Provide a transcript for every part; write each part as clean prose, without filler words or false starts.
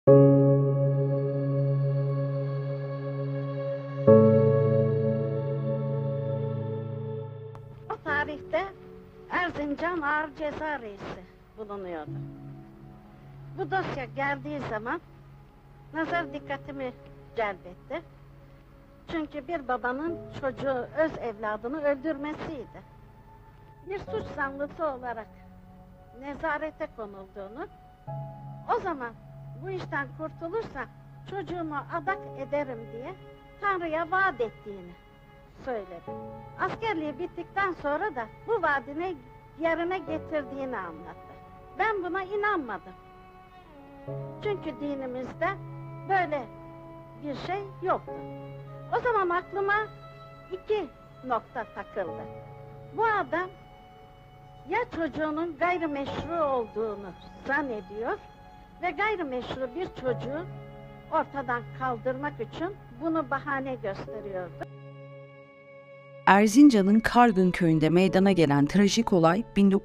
O tarihte Erzincan Ağır Ceza Reisi bulunuyordu. Bu dosya geldiği zaman nazar dikkatimi celbetti. Çünkü bir babanın çocuğu, öz evladını öldürmesiydi. Bir suç zanlısı olarak nezarete konulduğunu, o zaman bu işten kurtulursa çocuğumu adak ederim diye Tanrı'ya vaat ettiğini söyledi. Askerliği bittikten sonra da bu vaadini yerine getirdiğini anlattı. Ben buna inanmadım. Çünkü dinimizde böyle bir şey yoktu. O zaman aklıma iki nokta takıldı. Bu adam ya çocuğunun gayrimeşru olduğunu zannediyor ve gayrimeşru bir çocuğu ortadan kaldırmak için bunu bahane gösteriyordu. Erzincan'ın Kargın köyünde meydana gelen trajik olay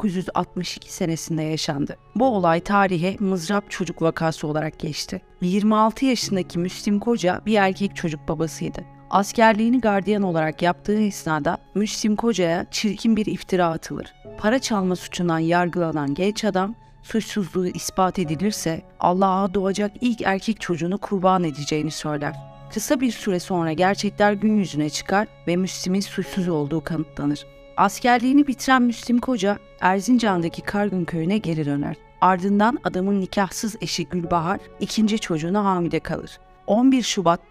1962 senesinde yaşandı. Bu olay tarihe mızrap çocuk vakası olarak geçti. 26 yaşındaki Müslim Koca bir erkek çocuk babasıydı. Askerliğini gardiyan olarak yaptığı esnada Müslim Koca'ya çirkin bir iftira atılır. Para çalma suçundan yargılanan genç adam, suçsuzluğu ispat edilirse Allah'a doğacak ilk erkek çocuğunu kurban edeceğini söyler. Kısa bir süre sonra gerçekler gün yüzüne çıkar ve Müslim'in suçsuz olduğu kanıtlanır. Askerliğini bitiren Müslim Koca, Erzincan'daki Kargın köyüne geri döner. Ardından adamın nikahsız eşi Gülbahar, ikinci çocuğuna hamile kalır. 11 Şubat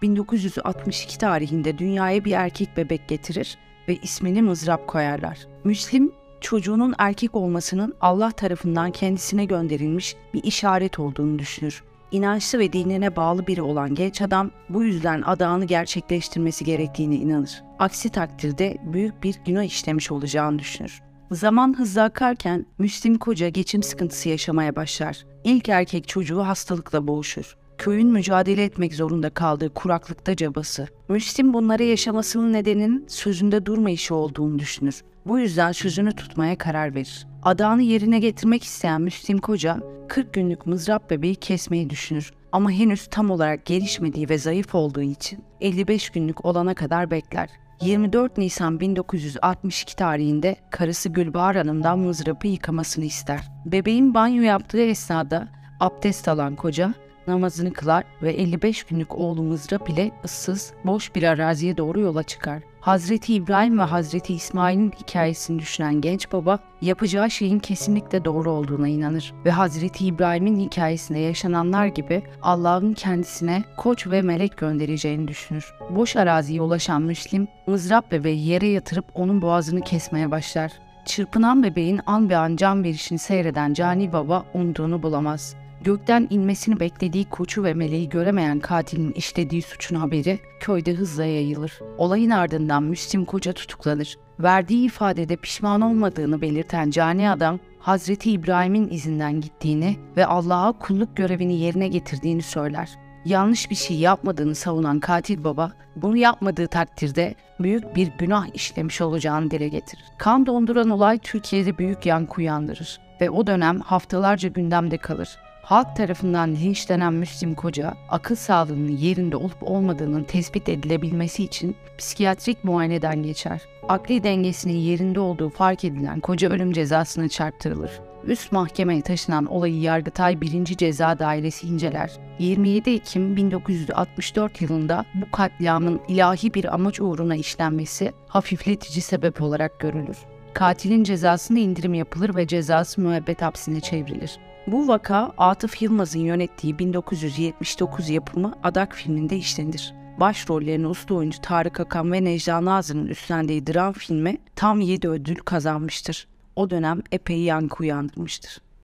1962 tarihinde dünyaya bir erkek bebek getirir ve ismini Mızrap koyarlar. Müslim, çocuğunun erkek olmasının Allah tarafından kendisine gönderilmiş bir işaret olduğunu düşünür. İnançlı ve dinine bağlı biri olan genç adam bu yüzden adağını gerçekleştirmesi gerektiğine inanır. Aksi takdirde büyük bir günah işlemiş olacağını düşünür. Zaman hızla akarken Müslim Koca geçim sıkıntısı yaşamaya başlar. İlk erkek çocuğu hastalıkla boğuşur. Köyün mücadele etmek zorunda kaldığı kuraklıkta cabası. Müslim bunları yaşamasının nedeninin sözünde durmayışı olduğunu düşünür. Bu yüzden sözünü tutmaya karar verir. Adağını yerine getirmek isteyen Müslim Koca, 40 günlük mızrap bebeği kesmeyi düşünür. Ama henüz tam olarak gelişmediği ve zayıf olduğu için 55 günlük olana kadar bekler. 24 Nisan 1962 tarihinde karısı Gülbahar Hanım'dan mızrapı yıkamasını ister. Bebeğin banyo yaptığı esnada abdest alan koca, namazını kılar ve 55 günlük oğlu Mızrap ile ıssız, boş bir araziye doğru yola çıkar. Hazreti İbrahim ve Hazreti İsmail'in hikayesini düşünen genç baba, yapacağı şeyin kesinlikle doğru olduğuna inanır ve Hazreti İbrahim'in hikayesinde yaşananlar gibi Allah'ın kendisine koç ve melek göndereceğini düşünür. Boş araziye ulaşan Müslim, Mızrap bebeği yere yatırıp onun boğazını kesmeye başlar. Çırpınan bebeğin an be an can verişini seyreden cani baba umduğunu bulamaz. Gökten inmesini beklediği koçu ve meleği göremeyen katilin işlediği suçun haberi köyde hızla yayılır. Olayın ardından Müslim Koca tutuklanır. Verdiği ifadede pişman olmadığını belirten cani adam, Hazreti İbrahim'in izinden gittiğini ve Allah'a kulluk görevini yerine getirdiğini söyler. Yanlış bir şey yapmadığını savunan katil baba, bunu yapmadığı takdirde büyük bir günah işlemiş olacağını dile getirir. Kan donduran olay Türkiye'de büyük yankı uyandırır ve o dönem haftalarca gündemde kalır. Halk tarafından linçlenen Müslim Koca, akıl sağlığının yerinde olup olmadığının tespit edilebilmesi için psikiyatrik muayeneden geçer. Akli dengesinin yerinde olduğu fark edilen Koca ölüm cezasına çarptırılır. Üst mahkemeye taşınan olayı Yargıtay 1. Ceza Dairesi inceler. 27 Ekim 1964 yılında bu katliamın ilahi bir amaç uğruna işlenmesi hafifletici sebep olarak görülür. Katilin cezasına indirim yapılır ve cezası müebbet hapsine çevrilir. Bu vaka Atıf Yılmaz'ın yönettiği 1979 yapımı Adak filminde işlenir. Başrollerini usta oyuncu Tarık Akan ve Necla Nazır'ın üstlendiği dram filmi tam 7 ödül kazanmıştır. O dönem epey yankı uyandırmıştır.